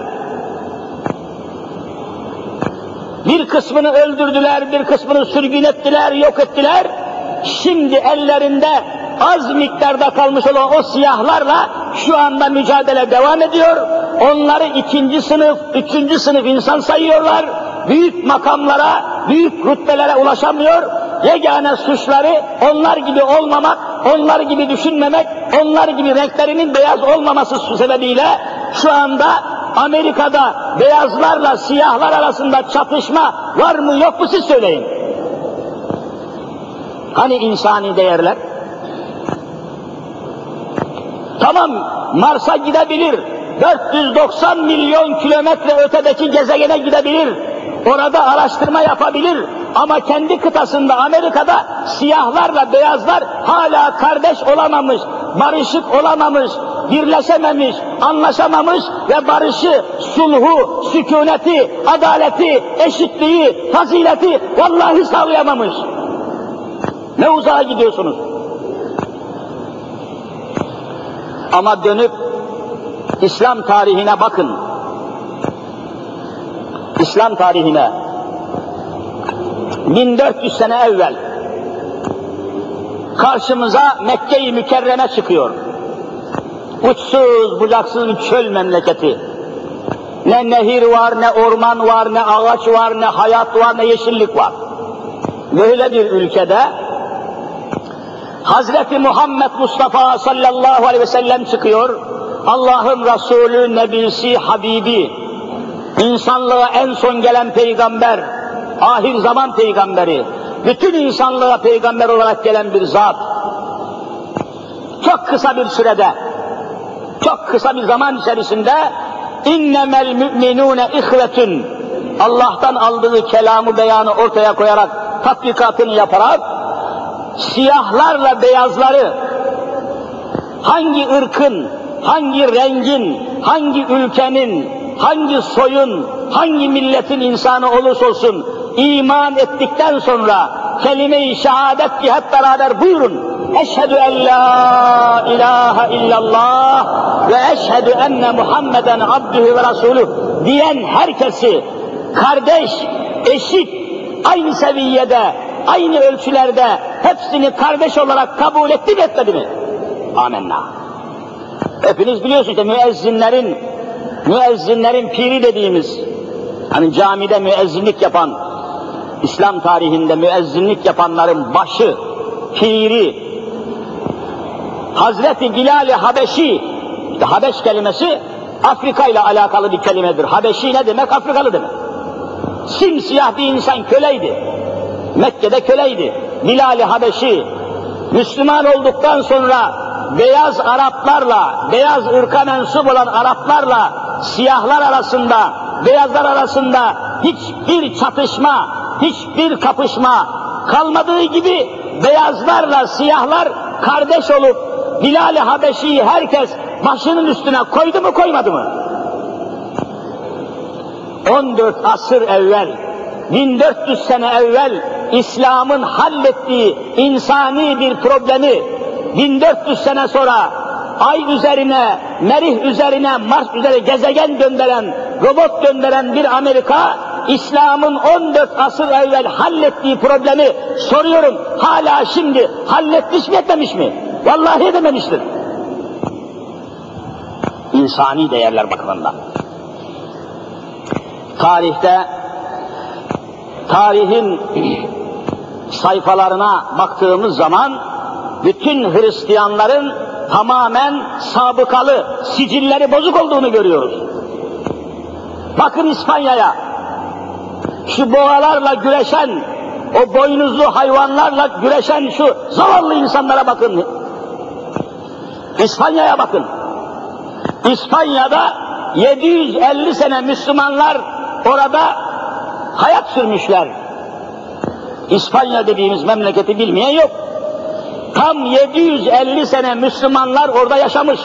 [SPEAKER 1] Bir kısmını öldürdüler, bir kısmını sürgün ettiler, yok ettiler. Şimdi ellerinde az miktarda kalmış olan o siyahlarla şu anda mücadele devam ediyor. Onları 2. sınıf, 3. sınıf insan sayıyorlar. Büyük makamlara, büyük rütbelere ulaşamıyor. Yegane suçları onlar gibi olmamak, onlar gibi düşünmemek, onlar gibi renklerinin beyaz olmaması sebebiyle şu anda Amerika'da beyazlarla siyahlar arasında çatışma var mı yok mu siz söyleyin. Hani insani değerler? Tamam, Mars'a gidebilir, 490 milyon kilometre ötedeki gezegene gidebilir, orada araştırma yapabilir ama kendi kıtasında Amerika'da siyahlarla beyazlar hala kardeş olamamış, barışık olamamış, birleşememiş, anlaşamamış ve barışı, sulhu, sükuneti, adaleti, eşitliği, fazileti vallahi sağlayamamış. Ne uzağa gidiyorsunuz? Ama dönüp İslam tarihine bakın. İslam tarihine 1400 sene evvel karşımıza Mekke-i Mükerreme çıkıyor. Uçsuz bucaksız bir çöl memleketi. Ne nehir var, ne orman var, ne ağaç var, ne hayat var, ne yeşillik var. Böyle bir ülkede Hazreti Muhammed Mustafa sallallahu aleyhi ve sellem çıkıyor. Allah'ın Resulü, Nebisi, Habibi, insanlığa en son gelen peygamber, ahir zaman peygamberi, bütün insanlığa peygamber olarak gelen bir zat. Çok kısa bir sürede, çok kısa bir zaman içerisinde innemel mü'minûne ihvetün, Allah'tan aldığı kelamı, beyanı ortaya koyarak, tatbikatını yaparak, siyahlarla beyazları, hangi ırkın, hangi rengin, hangi ülkenin, hangi soyun, hangi milletin insanı olursa olsun, iman ettikten sonra kelime-i şehadet ki hep beraber buyurun. Eşhedü en la ilahe illallah ve eşhedü enne Muhammeden abdühü ve resuluh diyen herkesi kardeş, eşit, aynı seviyede, aynı ölçülerde hepsini kardeş olarak kabul etti mi etmedi mi? Amenna. Hepiniz biliyorsunuz işte müezzinlerin piri dediğimiz, hani camide müezzinlik yapan, İslam tarihinde müezzinlik yapanların başı, piri, Hazreti Bilal-i Habeşi, işte Habeş kelimesi Afrika ile alakalı bir kelimedir. Habeşi ne demek? Afrikalı demek. Simsiyah bir insan, köleydi. Mekke'de köleydi. Bilal-i Habeşi, Müslüman olduktan sonra beyaz Araplarla, beyaz ırka mensup olan Araplarla, siyahlar arasında, beyazlar arasında hiçbir çatışma, hiçbir kapışma kalmadığı gibi beyazlarla siyahlar kardeş olup Bilal-i Habeşi'yi herkes başının üstüne koydu mu koymadı mı? 14 asır evvel, 1400 sene evvel İslam'ın hallettiği insani bir problemi 1400 sene sonra ay üzerine, merih üzerine, Mars üzerine gezegen gönderen, robot gönderen bir Amerika, İslam'ın 14 asır evvel hallettiği problemi soruyorum, hala şimdi halletmiş mi etmemiş mi? Vallahi edememiştir. İnsani değerler bakımından. Tarihin sayfalarına baktığımız zaman bütün Hristiyanların tamamen sabıkalı, sicilleri bozuk olduğunu görüyoruz. Bakın İspanya'ya, şu boğalarla güreşen, o boynuzlu hayvanlarla güreşen şu zavallı insanlara bakın. İspanya'ya bakın. İspanya'da 750 sene Müslümanlar orada hayat sürmüşler. İspanya dediğimiz memleketi bilmeyen yok. Tam 750 sene Müslümanlar orada yaşamış.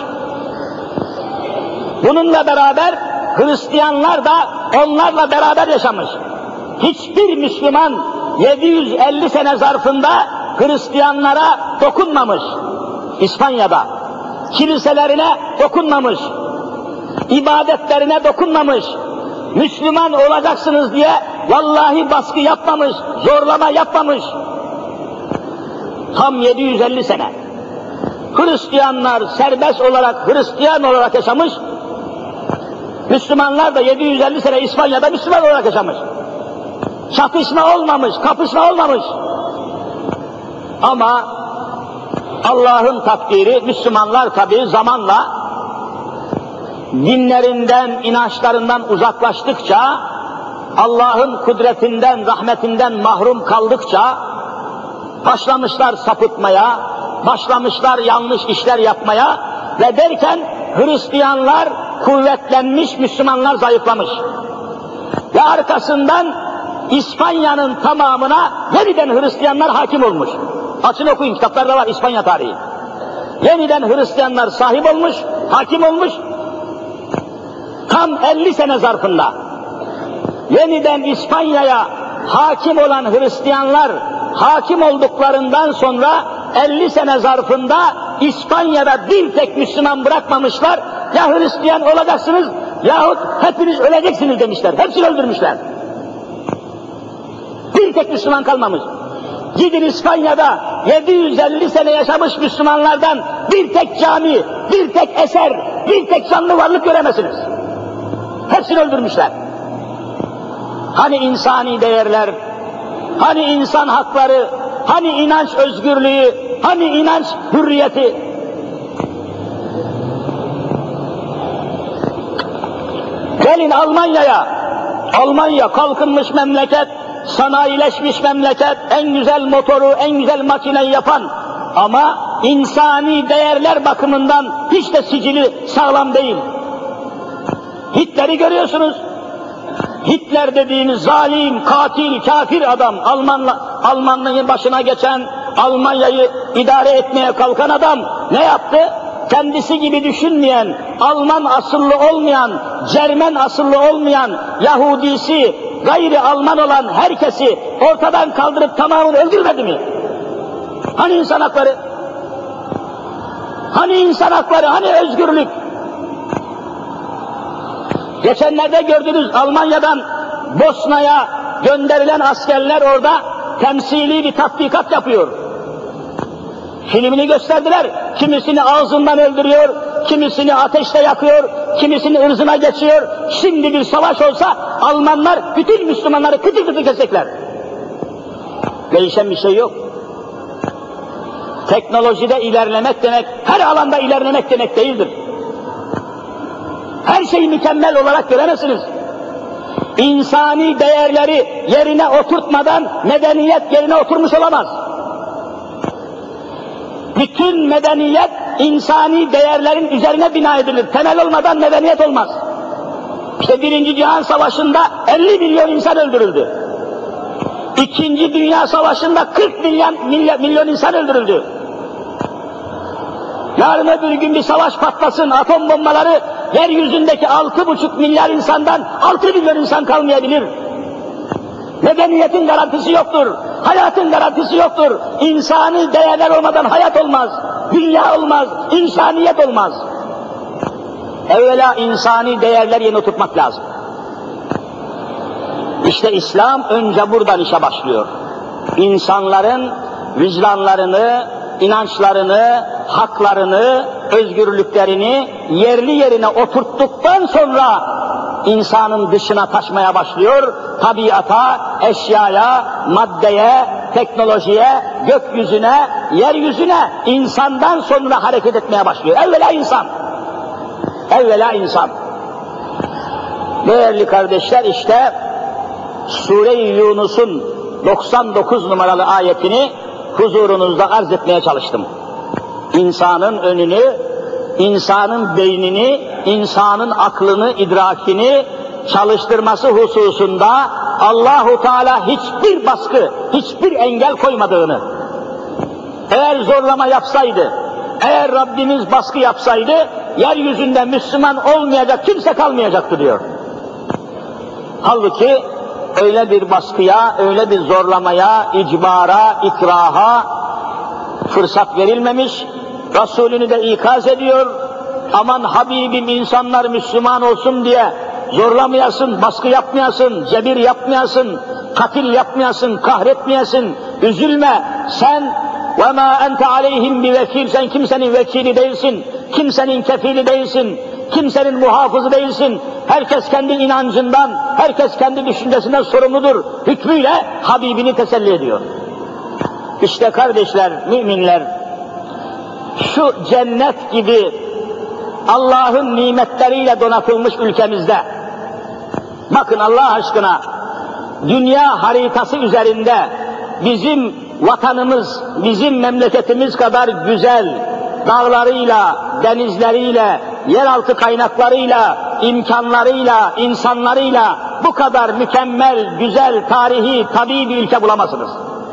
[SPEAKER 1] Bununla beraber Hristiyanlar da onlarla beraber yaşamış. Hiçbir Müslüman 750 sene zarfında Hristiyanlara dokunmamış. İspanya'da kiliselerine dokunmamış, ibadetlerine dokunmamış, Müslüman olacaksınız diye vallahi baskı yapmamış, zorlama yapmamış. Tam 750 sene. Hristiyanlar serbest olarak, Hristiyan olarak yaşamış, Müslümanlar da 750 sene İspanya'da Müslüman olarak yaşamış. Çatışma olmamış, kapışma olmamış. Ama Allah'ın takdiri, Müslümanlar tabii zamanla dinlerinden, inançlarından uzaklaştıkça, Allah'ın kudretinden, rahmetinden mahrum kaldıkça, başlamışlar sapıtmaya, başlamışlar yanlış işler yapmaya ve derken Hristiyanlar kuvvetlenmiş, Müslümanlar zayıflamış. Ve arkasından İspanya'nın tamamına yeniden Hristiyanlar hakim olmuş. Açın okuyun, kitaplarda var İspanya tarihi. Yeniden Hristiyanlar sahip olmuş, hakim olmuş. Tam 50 sene zarfında yeniden İspanya'ya hakim olan Hristiyanlar hakim olduklarından sonra 50 sene zarfında İspanya'da bir tek Müslüman bırakmamışlar. Ya Hristiyan olacaksınız yahut hepiniz öleceksiniz demişler. Hepsini öldürmüşler. Bir tek Müslüman kalmamış. Gidin İspanya'da 750 sene yaşamış Müslümanlardan bir tek cami, bir tek eser, bir tek canlı varlık göremezsiniz. Hepsini öldürmüşler. Hani insani değerler, hani insan hakları, hani inanç özgürlüğü, hani inanç hürriyeti? Gelin Almanya'ya, Almanya kalkınmış memleket, sanayileşmiş memleket, en güzel motoru, en güzel makineyi yapan ama insani değerler bakımından hiç de sicili sağlam değil. Hitler'i görüyorsunuz. Hitler dediğiniz zalim, katil, kafir adam, Almanlığın başına geçen, Almanya'yı idare etmeye kalkan adam ne yaptı? Kendisi gibi düşünmeyen, Alman asıllı olmayan, Cermen asıllı olmayan, Yahudisi, gayri Alman olan herkesi ortadan kaldırıp tamamını öldürmedi mi? Hani insan hakları? Hani insan hakları, hani özgürlük? Geçenlerde gördünüz, Almanya'dan Bosna'ya gönderilen askerler orada temsili bir tatbikat yapıyor. Filmini gösterdiler, kimisini ağzından öldürüyor, kimisini ateşte yakıyor, kimisini ırzına geçiyor. Şimdi bir savaş olsa Almanlar bütün Müslümanları kıtır kıtır kesecekler. Değişen bir şey yok. Teknolojide ilerlemek demek, her alanda ilerlemek demek değildir. Her şeyi mükemmel olarak göremezsiniz. İnsani değerleri yerine oturtmadan medeniyet yerine oturmuş olamaz. Bütün medeniyet insani değerlerin üzerine bina edilir. Temel olmadan medeniyet olmaz. İşte Birinci Cihan Savaşı'nda 50 milyon insan öldürüldü. İkinci Dünya Savaşı'nda 40 milyon insan öldürüldü. Yarın öbür gün bir savaş patlasın, atom bombaları yeryüzündeki 6,5 milyar insandan 6 milyon insan kalmayabilir. Medeniyetin garantisi yoktur, hayatın garantisi yoktur. İnsani değerler olmadan hayat olmaz, dünya olmaz, insaniyet olmaz. Evvela insani değerler yerine oturtmak lazım. İşte İslam önce buradan işe başlıyor. İnsanların vicdanlarını, inançlarını, haklarını, özgürlüklerini yerli yerine oturttuktan sonra insanın dışına taşmaya başlıyor, tabiata, eşyaya, maddeye, teknolojiye, gökyüzüne, yeryüzüne, insandan sonra hareket etmeye başlıyor. Evvela insan. Evvela insan. Değerli kardeşler, işte Sure-i Yunus'un 99 numaralı ayetini huzurunuzda arz etmeye çalıştım. İnsanın önünü, insanın beynini, insanın aklını, idrakini çalıştırması hususunda Allahu Teala hiçbir baskı, hiçbir engel koymadığını, eğer zorlama yapsaydı, eğer Rabbimiz baskı yapsaydı, yeryüzünde Müslüman olmayacak kimse kalmayacaktı diyor. Halbuki öyle bir baskıya, öyle bir zorlamaya, icbara, ikraha fırsat verilmemiş, Resulünü de ikaz ediyor, aman Habibim insanlar Müslüman olsun diye zorlamayasın, baskı yapmayasın, cebir yapmayasın, katil yapmayasın, kahretmeyesin, üzülme, sen وَمَا اَنْتَ عَلَيْهِمْ بِوَكِيلٍ, sen kimsenin vekili değilsin, kimsenin kefili değilsin, kimsenin muhafızı değilsin, herkes kendi inancından, herkes kendi düşüncesinden sorumludur, hükmüyle Habibini teselli ediyor. İşte kardeşler, müminler, şu cennet gibi Allah'ın nimetleriyle donatılmış ülkemizde, bakın Allah aşkına, dünya haritası üzerinde bizim vatanımız, bizim memleketimiz kadar güzel, dağlarıyla, denizleriyle, yeraltı kaynaklarıyla, imkanlarıyla, insanlarıyla bu kadar mükemmel, güzel, tarihi, tabii bir ülke bulamazsınız.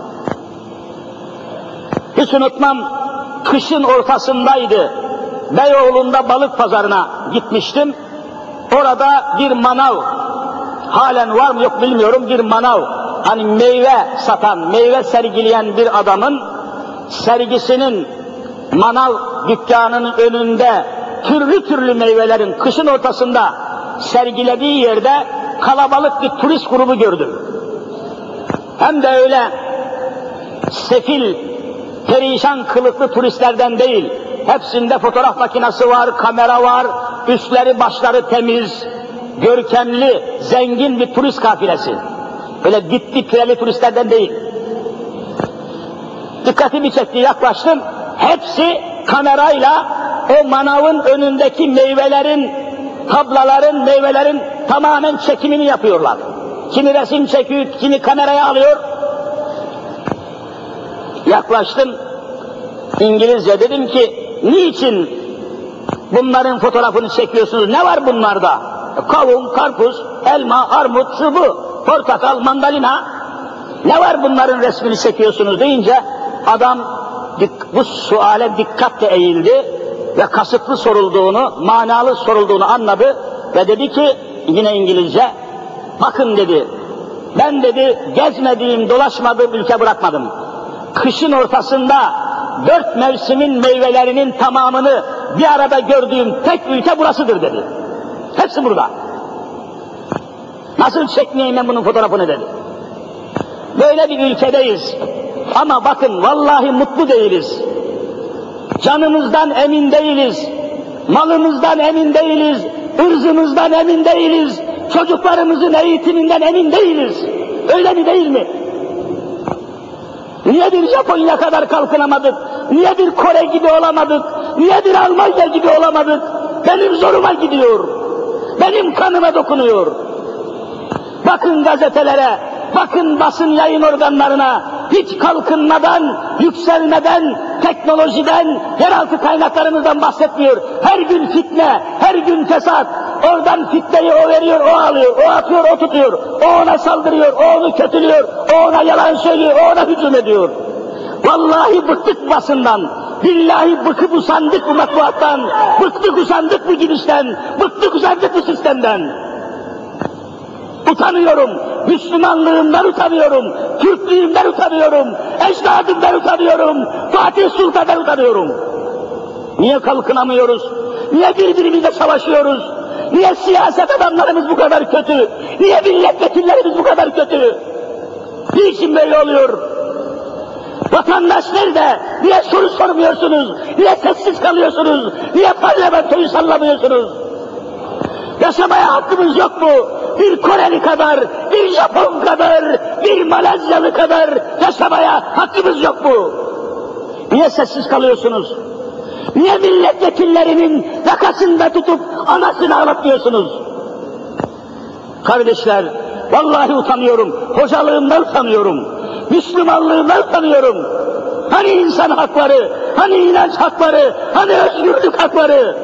[SPEAKER 1] Hiç unutmam, kışın ortasındaydı, Beyoğlu'nda balık pazarına gitmiştim. Orada bir manav, halen var mı yok bilmiyorum, bir manav, hani meyve satan, meyve sergileyen bir adamın sergisinin manav dükkanının önünde türlü türlü meyvelerin kışın ortasında sergilediği yerde kalabalık bir turist grubu gördüm. Hem de öyle sefil, perişan kılıklı turistlerden değil, hepsinde fotoğraf makinesi var, kamera var, üstleri başları temiz, görkemli, zengin bir turist kafilesi. Öyle gitti pireli turistlerden değil. Dikkatimi çekti, yaklaştım, hepsi kamerayla o manavın önündeki meyvelerin, tablaların, meyvelerin tamamen çekimini yapıyorlar. Kimi resim çekiyor, kimi kameraya alıyor. Yaklaştım, İngilizce dedim ki, niçin bunların fotoğrafını çekiyorsunuz, ne var bunlarda? Kavun, karpuz, elma, armut, şu bu, portakal, mandalina, ne var bunların resmini çekiyorsunuz deyince, adam bu suale dikkatle eğildi ve kasıtlı sorulduğunu, manalı sorulduğunu anladı ve dedi ki, yine İngilizce, bakın dedi, ben dedi, gezmediğim, dolaşmadığım ülke bırakmadım. Kışın ortasında 4 mevsimin meyvelerinin tamamını bir arada gördüğüm tek ülke burasıdır dedi. Hepsi burada. Nasıl çekmeyeyim ben bunun fotoğrafını dedi. Böyle bir ülkedeyiz. Ama bakın vallahi mutlu değiliz. Canımızdan emin değiliz. Malımızdan emin değiliz. Irzımızdan emin değiliz. Çocuklarımızın eğitiminden emin değiliz. Öyle mi değil mi? Niye bir Japonya kadar kalkınamadık? Niye bir Kore gibi olamadık? Niye bir Almanya gibi olamadık? Benim zoruma gidiyor. Benim kanıma dokunuyor. Bakın gazetelere, bakın basın yayın organlarına, hiç kalkınmadan, yükselmeden, teknolojiden, yeraltı kaynaklarımızdan bahsetmiyor. Her gün fitne, her gün fesat. Oradan fitneyi o veriyor, o alıyor, o atıyor, o tutuyor. O ona saldırıyor, o onu kötülüyor, o ona yalan söylüyor, o ona hücum ediyor. Vallahi bıktık basından, billahi bıkıp usandık bu matbuattan, bıktık usandık bu gidişten, bıktık usandık bu sistemden. Utanıyorum, Müslümanlığımdan utanıyorum, Türklüğümden utanıyorum, ecdadımdan utanıyorum, Fatih Sultan'dan utanıyorum. Niye kalkınamıyoruz? Niye birbirimizle savaşıyoruz? Niye siyaset adamlarımız bu kadar kötü? Niye milletvekillerimiz bu kadar kötü? Niçin böyle oluyor? Vatandaş nerede? Niye soru sormuyorsunuz? Niye sessiz kalıyorsunuz? Niye parlamentoyu sallamıyorsunuz? Yaşamaya hakkımız yok mu? Bir Koreli kadar, bir Japon kadar, bir Malezyalı kadar yaşamaya hakkımız yok mu? Niye sessiz kalıyorsunuz? Niye milletvekillerinin yakasında tutup anasını ağlatmıyorsunuz? Kardeşler, vallahi utanıyorum, hocalığımdan utanıyorum, Müslümanlığımdan utanıyorum. Hani insan hakları, hani inanç hakları, hani özgürlük hakları?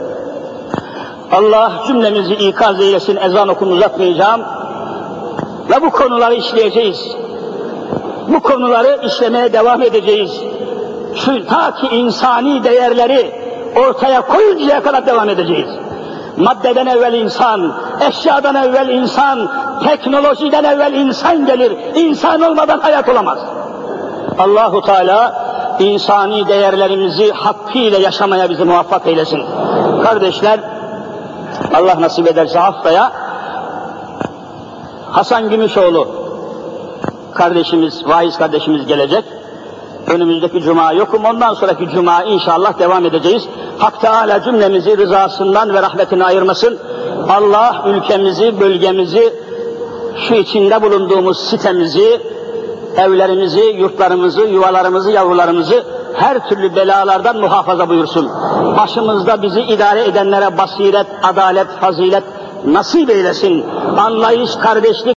[SPEAKER 1] Allah cümlemizi ikaz eylesin, ezan okumunu uzatmayacağım. Ve bu konuları işleyeceğiz. Bu konuları işlemeye devam edeceğiz. Ta ki insani değerleri ortaya koyuncaya kadar devam edeceğiz. Maddeden evvel insan, eşyadan evvel insan, teknolojiden evvel insan gelir. İnsan olmadan hayat olamaz. Allahu Teala insani değerlerimizi hakkıyla yaşamaya bizi muvaffak eylesin. Kardeşler, Allah nasip ederse haftaya Hasan Gümüşoğlu kardeşimiz, vaiz kardeşimiz gelecek. Önümüzdeki cuma yokum, ondan sonraki cuma inşallah devam edeceğiz. Hak Teala cümlemizi rızasından ve rahmetine ayırmasın. Allah ülkemizi, bölgemizi, şu içinde bulunduğumuz sitemizi, evlerimizi, yurtlarımızı, yuvalarımızı, yavrularımızı her türlü belalardan muhafaza buyursun. Başımızda bizi idare edenlere basiret, adalet, fazilet nasip eylesin. Anlayış, kardeşlik,